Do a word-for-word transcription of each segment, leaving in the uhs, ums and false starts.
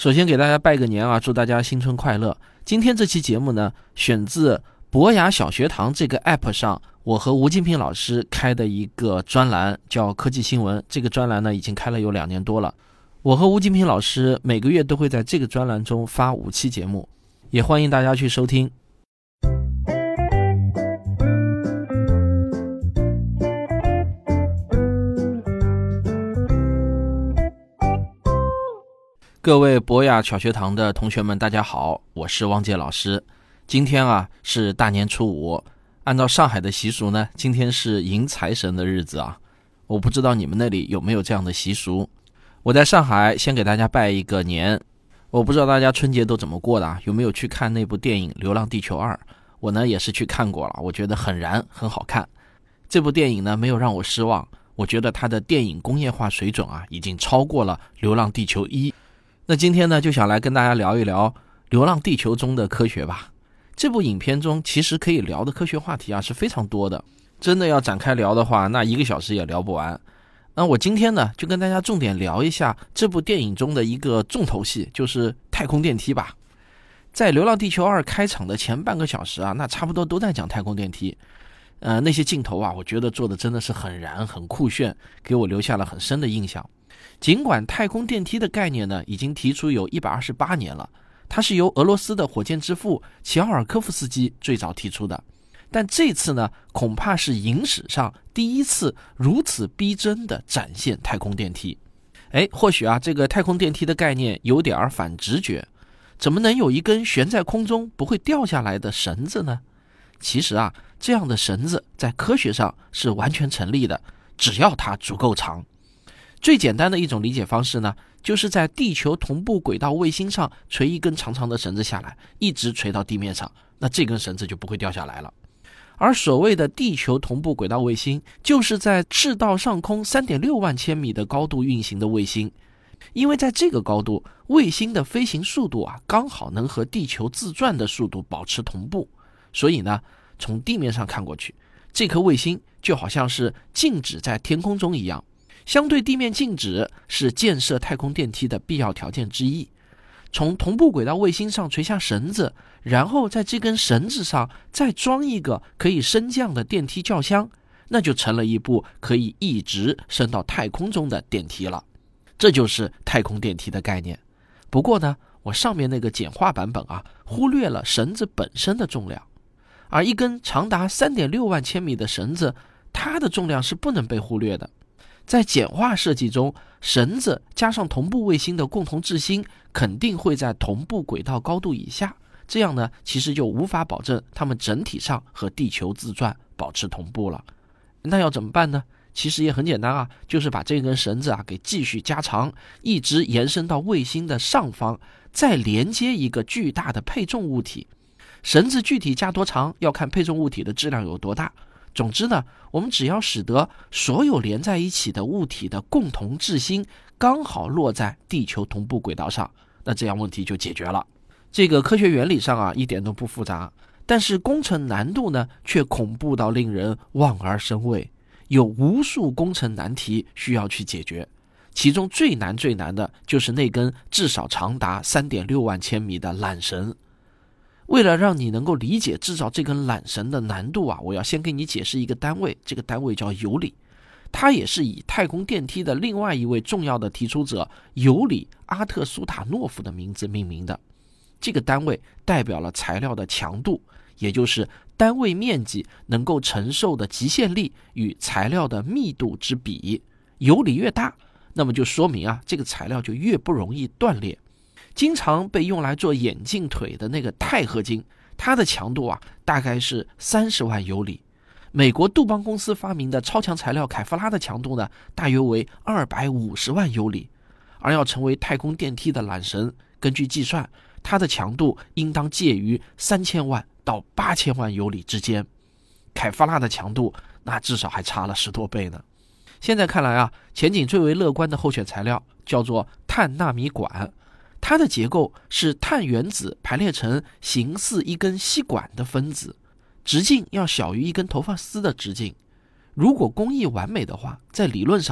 首先给大家拜个年啊，祝大家新春快乐。今天这期节目呢，选自博雅小学堂这个 app 上，我和吴金平老师开的一个专栏，叫科技新闻。这个专栏呢，已经开了有两年多了。我和吴金平老师每个月都会在这个专栏中发五期节目，也欢迎大家去收听。各位博雅小学堂的同学们，大家好，我是汪杰老师。今天啊是大年初五，按照上海的习俗呢，今天是迎财神的日子啊。我不知道你们那里有没有这样的习俗。我在上海先给大家拜一个年。我不知道大家春节都怎么过的啊？有没有去看那部电影《流浪地球二》？我呢也是去看过了，我觉得很燃，很好看。这部电影呢没有让我失望，我觉得它的电影工业化水准啊已经超过了《流浪地球一》。那今天呢，就想来跟大家聊一聊《流浪地球》中的科学吧。这部影片中其实可以聊的科学话题啊是非常多的，真的要展开聊的话，那一个小时也聊不完。那我今天呢，就跟大家重点聊一下这部电影中的一个重头戏，就是太空电梯吧。在《流浪地球二》开场的前半个小时啊，那差不多都在讲太空电梯。呃，那些镜头啊，我觉得做的真的是很燃，很酷炫，给我留下了很深的印象。尽管太空电梯的概念呢，已经提出有一百二十八年了，它是由俄罗斯的火箭之父齐奥尔科夫斯基最早提出的，但这次呢，恐怕是影史上第一次如此逼真的展现太空电梯。哎，或许啊，这个太空电梯的概念有点反直觉，怎么能有一根悬在空中不会掉下来的绳子呢？其实啊，这样的绳子在科学上是完全成立的，只要它足够长。最简单的一种理解方式呢，就是在地球同步轨道卫星上垂一根长长的绳子下来，一直垂到地面上，那这根绳子就不会掉下来了。而所谓的地球同步轨道卫星，就是在赤道上空 三点六万千米的高度运行的卫星。因为在这个高度，卫星的飞行速度啊，刚好能和地球自转的速度保持同步，所以呢，从地面上看过去，这颗卫星就好像是静止在天空中一样。相对地面静止是建设太空电梯的必要条件之一。从同步轨道卫星上垂下绳子，然后在这根绳子上再装一个可以升降的电梯轿厢，那就成了一部可以一直升到太空中的电梯了。这就是太空电梯的概念。不过呢，我上面那个简化版本啊，忽略了绳子本身的重量。而一根长达 三点六万千米的绳子，它的重量是不能被忽略的。在简化设计中，绳子加上同步卫星的共同质心肯定会在同步轨道高度以下，这样呢，其实就无法保证它们整体上和地球自转保持同步了。那要怎么办呢？其实也很简单啊，就是把这根绳子啊给继续加长，一直延伸到卫星的上方，再连接一个巨大的配重物体。绳子具体加多长，要看配重物体的质量有多大。总之呢，我们只要使得所有连在一起的物体的共同质心刚好落在地球同步轨道上，那这样问题就解决了。这个科学原理上啊一点都不复杂，但是工程难度呢却恐怖到令人望而生畏，有无数工程难题需要去解决。其中最难最难的就是那根至少长达 三点六万千米的缆绳。为了让你能够理解制造这根缆绳的难度啊，我要先给你解释一个单位，这个单位叫尤里。它也是以太空电梯的另外一位重要的提出者尤里·阿特苏塔诺夫的名字命名的。这个单位代表了材料的强度，也就是单位面积能够承受的极限力与材料的密度之比。尤里越大，那么就说明啊，这个材料就越不容易断裂。经常被用来做眼镜腿的那个钛合金，它的强度啊大概是三十万尤里。美国杜邦公司发明的超强材料凯夫拉的强度呢，大约为二百五十万尤里。而要成为太空电梯的缆绳，根据计算，它的强度应当介于三千万到八千万尤里之间。凯夫拉的强度那至少还差了十多倍呢。现在看来啊，前景最为乐观的候选材料叫做碳纳米管。它的结构是碳原子排列成形似一根吸管的分子，直径要小于一根头发丝的直径。如果工艺完美的话，在理论上，碳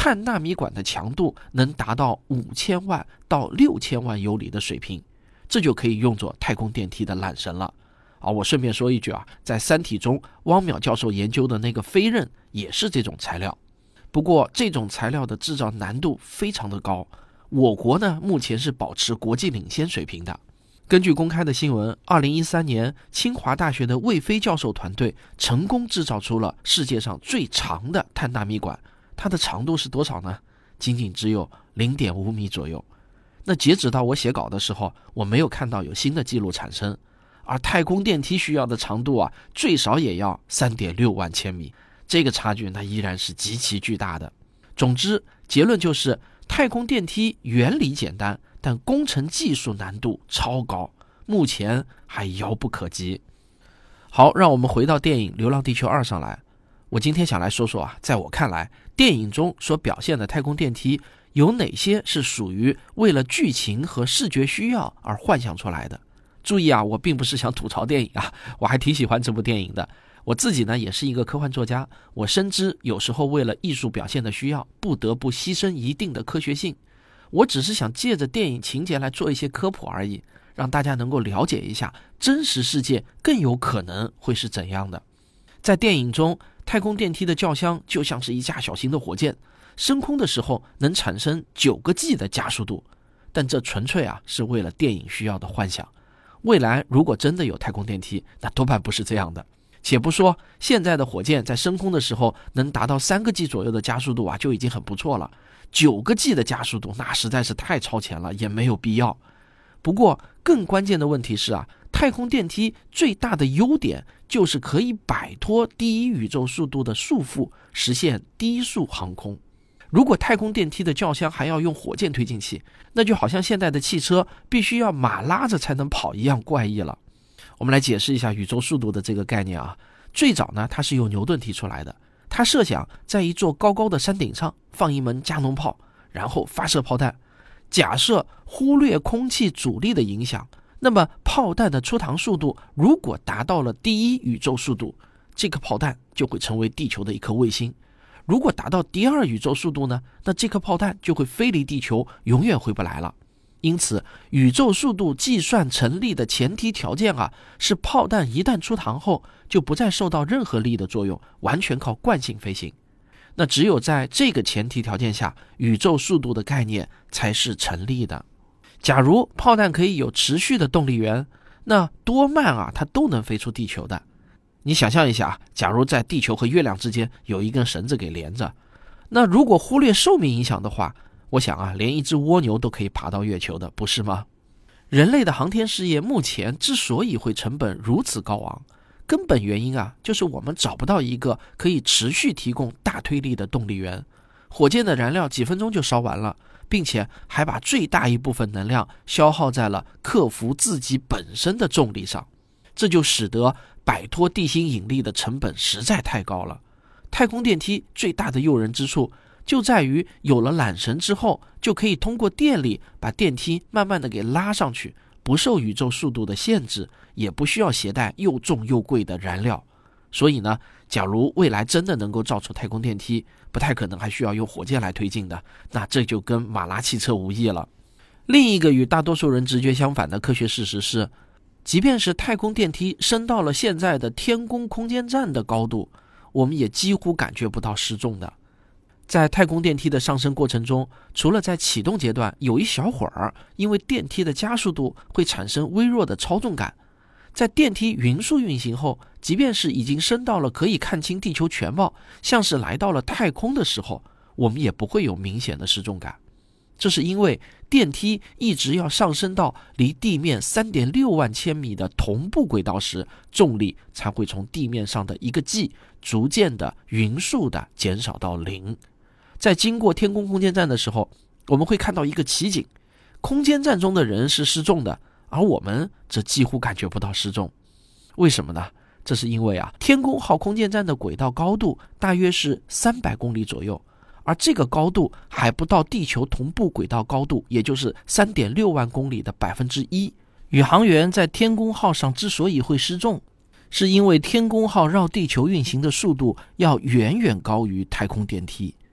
碳纳米管的强度能达到五千万到六千万游里的水平，这就可以用作太空电梯的缆绳了。啊，我顺便说一句啊，在《三体》中，汪淼教授研究的那个飞刃也是这种材料。不过，这种材料的制造难度非常的高，我国呢目前是保持国际领先水平的。根据公开的新闻，二零一三年清华大学的魏飞教授团队成功制造出了世界上最长的碳纳米管，它的长度是多少呢？仅仅只有 零点五米左右。那截止到我写稿的时候，我没有看到有新的记录产生。而太空电梯需要的长度啊，最少也要 三点六万千米，这个差距那依然是极其巨大的。总之，结论就是太空电梯原理简单，但工程技术难度超高，目前还遥不可及。好，让我们回到电影《流浪地球二》上来。我今天想来说说啊，在我看来，电影中所表现的太空电梯有哪些是属于为了剧情和视觉需要而幻想出来的。注意啊，我并不是想吐槽电影啊，我还挺喜欢这部电影的。我自己呢也是一个科幻作家，我深知有时候为了艺术表现的需要，不得不牺牲一定的科学性。我只是想借着电影情节来做一些科普而已，让大家能够了解一下真实世界更有可能会是怎样的。在电影中，太空电梯的轿厢就像是一架小型的火箭，升空的时候能产生九个 G 的加速度，但这纯粹啊是为了电影需要的幻想。未来如果真的有太空电梯，那多半不是这样的。且不说现在的火箭在升空的时候能达到三个 G 左右的加速度啊，就已经很不错了。九个 G 的加速度那实在是太超前了，也没有必要。不过更关键的问题是啊，太空电梯最大的优点就是可以摆脱第一宇宙速度的束缚，实现低速航空。如果太空电梯的轿厢还要用火箭推进器，那就好像现在的汽车必须要马拉着才能跑一样怪异了。我们来解释一下宇宙速度的这个概念啊。最早呢，它是由牛顿提出来的。他设想在一座高高的山顶上放一门加农炮，然后发射炮弹。假设忽略空气阻力的影响，那么炮弹的出膛速度如果达到了第一宇宙速度，这颗炮弹就会成为地球的一颗卫星。如果达到第二宇宙速度呢，那这颗炮弹就会飞离地球，永远回不来了。因此，宇宙速度计算成立的前提条件啊，是炮弹一旦出膛后，就不再受到任何力的作用，完全靠惯性飞行。那只有在这个前提条件下，宇宙速度的概念才是成立的。假如炮弹可以有持续的动力源，那多慢啊，它都能飞出地球的。你想象一下，假如在地球和月亮之间有一根绳子给连着，那如果忽略寿命影响的话，我想啊，连一只蜗牛都可以爬到月球的，不是吗？人类的航天事业目前之所以会成本如此高昂，根本原因啊，就是我们找不到一个可以持续提供大推力的动力源。火箭的燃料几分钟就烧完了，并且还把最大一部分能量消耗在了克服自己本身的重力上，这就使得摆脱地心引力的成本实在太高了。太空电梯最大的诱人之处就在于有了缆绳之后，就可以通过电力把电梯慢慢的给拉上去，不受宇宙速度的限制，也不需要携带又重又贵的燃料。所以呢，假如未来真的能够造出太空电梯，不太可能还需要用火箭来推进的，那这就跟马拉汽车无异了。另一个与大多数人直觉相反的科学事实是，即便是太空电梯升到了现在的天宫空间站的高度，我们也几乎感觉不到失重的。在太空电梯的上升过程中，除了在启动阶段有一小会儿因为电梯的加速度会产生微弱的超重感，在电梯匀速运行后，即便是已经升到了可以看清地球全貌，像是来到了太空的时候，我们也不会有明显的失重感。这是因为电梯一直要上升到离地面 三点六万千米的同步轨道时，重力才会从地面上的一个 G 逐渐的匀速的减少到零。在经过天宫空间站的时候，我们会看到一个奇景，空间站中的人是失重的，而我们则几乎感觉不到失重。为什么呢？这是因为啊，天宫号空间站的轨道高度大约是三百公里左右，而这个高度还不到地球同步轨道高度，也就是 三点六万公里的百分之一。宇航员在天宫号上之所以会失重，是因为天宫号绕地球运行的速度要远远高于太空电梯。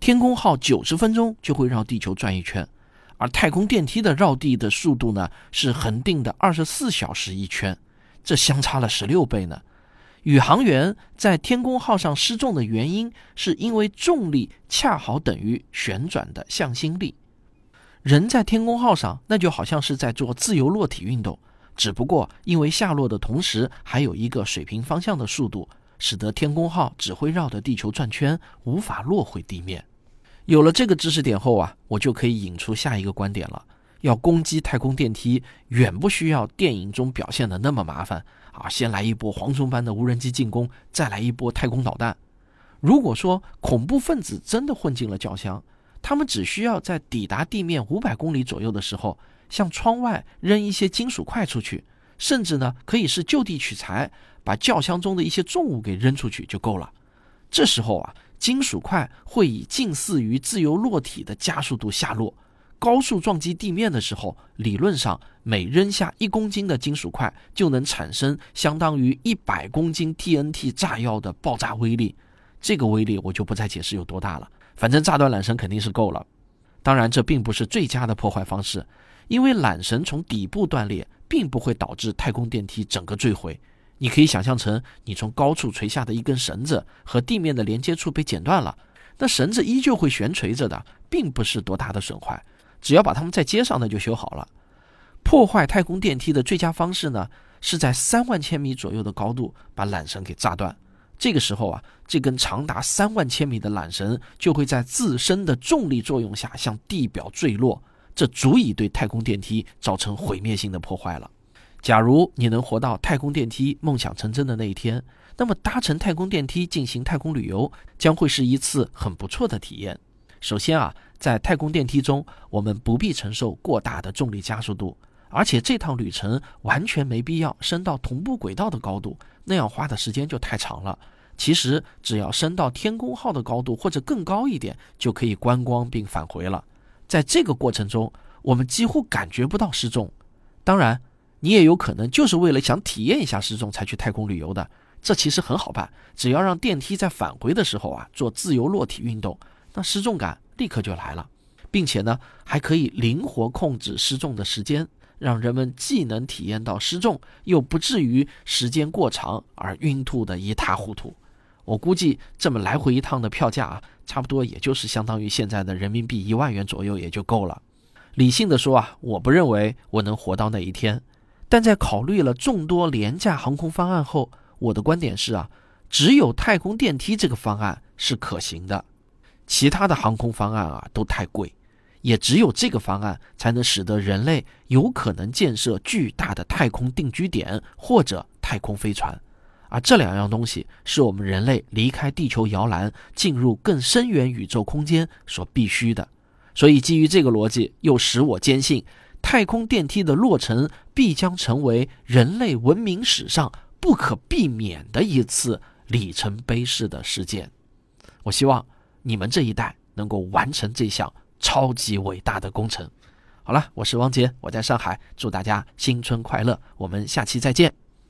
天宫号九十分钟就会绕地球转一圈，而太空电梯的绕地的速度呢是恒定的二十四小时一圈，这相差了十六倍呢。宇航员在天宫号上失重的原因是因为重力恰好等于旋转的向心力。人在天宫号上那就好像是在做自由落体运动，只不过因为下落的同时还有一个水平方向的速度，使得天宫号只会绕着地球转圈，无法落回地面。有了这个知识点后啊，我就可以引出下一个观点了。要攻击太空电梯远不需要电影中表现的那么麻烦啊！先来一波蝗虫般的无人机进攻，再来一波太空导弹。如果说恐怖分子真的混进了轿厢，他们只需要在抵达地面五百公里左右的时候，向窗外扔一些金属块出去，甚至呢可以是就地取材，把轿厢中的一些重物给扔出去就够了。这时候啊，金属块会以近似于自由落体的加速度下落，高速撞击地面的时候，理论上每扔下一公斤的金属块就能产生相当于一百公斤 T N T 炸药的爆炸威力。这个威力我就不再解释有多大了，反正炸断缆绳肯定是够了。当然这并不是最佳的破坏方式，因为缆绳从底部断裂并不会导致太空电梯整个坠毁。你可以想象成你从高处垂下的一根绳子和地面的连接处被剪断了，那绳子依旧会悬垂着的，并不是多大的损坏，只要把它们再接上那就修好了。破坏太空电梯的最佳方式呢，是在三万千米左右的高度把缆绳给炸断。这个时候啊，这根长达三万千米的缆绳就会在自身的重力作用下向地表坠落，这足以对太空电梯造成毁灭性的破坏了。假如你能活到太空电梯梦想成真的那一天，那么搭乘太空电梯进行太空旅游将会是一次很不错的体验。首先啊，在太空电梯中，我们不必承受过大的重力加速度，而且这趟旅程完全没必要升到同步轨道的高度，那样花的时间就太长了。其实只要升到天宫号的高度或者更高一点，就可以观光并返回了。在这个过程中，我们几乎感觉不到失重。当然你也有可能就是为了想体验一下失重才去太空旅游的，这其实很好办，只要让电梯在返回的时候啊做自由落体运动，那失重感立刻就来了，并且呢还可以灵活控制失重的时间，让人们既能体验到失重，又不至于时间过长而晕吐的一塌糊涂。我估计这么来回一趟的票价啊，差不多也就是相当于现在的人民币一万元左右也就够了。理性的说啊，我不认为我能活到那一天，但在考虑了众多廉价航空方案后，我的观点是啊，只有太空电梯这个方案是可行的，其他的航空方案啊都太贵，也只有这个方案才能使得人类有可能建设巨大的太空定居点或者太空飞船，而这两样东西是我们人类离开地球摇篮进入更深远宇宙空间所必须的。所以基于这个逻辑，又使我坚信太空电梯的落成必将成为人类文明史上不可避免的一次里程碑式的事件。我希望你们这一代能够完成这项超级伟大的工程。好了，我是汪杰，我在上海，祝大家新春快乐，我们下期再见。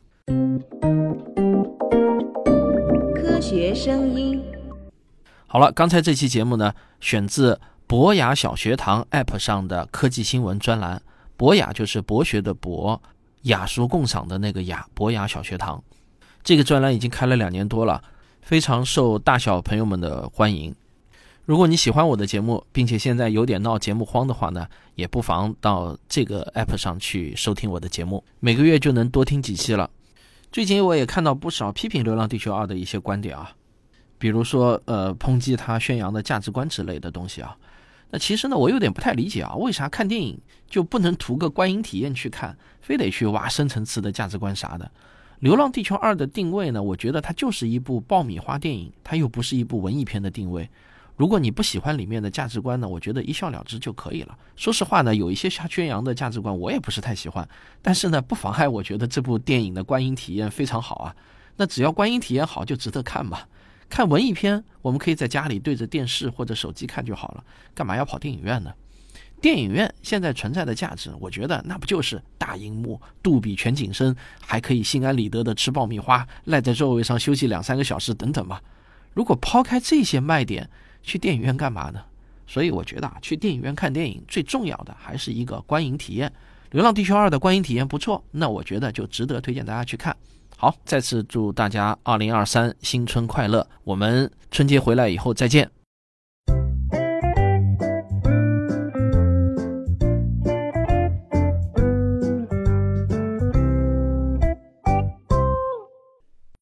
科学声音。 好了，刚才这期节目呢，选自博雅小学堂 App 上的科技新闻专栏。博雅就是博学的博，雅俗共赏的那个雅，博雅小学堂。这个专栏已经开了两年多了，非常受大小朋友们的欢迎。如果你喜欢我的节目，并且现在有点闹节目荒的话呢，也不妨到这个 App 上去收听我的节目，每个月就能多听几期了。最近我也看到不少批评《流浪地球二》的一些观点啊，比如说呃抨击他宣扬的价值观之类的东西啊。那其实呢，我有点不太理解啊，为啥看电影就不能图个观影体验去看，非得去挖深层次的价值观啥的？《流浪地球二》的定位呢，我觉得它就是一部爆米花电影，它又不是一部文艺片的定位。如果你不喜欢里面的价值观呢，我觉得一笑了之就可以了。说实话呢，有一些宣扬的价值观我也不是太喜欢，但是呢，不妨碍我觉得这部电影的观影体验非常好啊。那只要观影体验好就值得看嘛。看文艺片我们可以在家里对着电视或者手机看就好了，干嘛要跑电影院呢？电影院现在存在的价值，我觉得那不就是大荧幕、杜比全景声，还可以心安理得的吃爆米花，赖在座位上休息两三个小时等等吗？如果抛开这些卖点， 去电影院干嘛呢？所以我觉得啊，去电影院看电影最重要的还是一个观影体验。流浪地球二的观影体验不错，那我觉得就值得推荐大家去看。好，再次祝大家二零二三新春快乐，我们春节回来以后再见。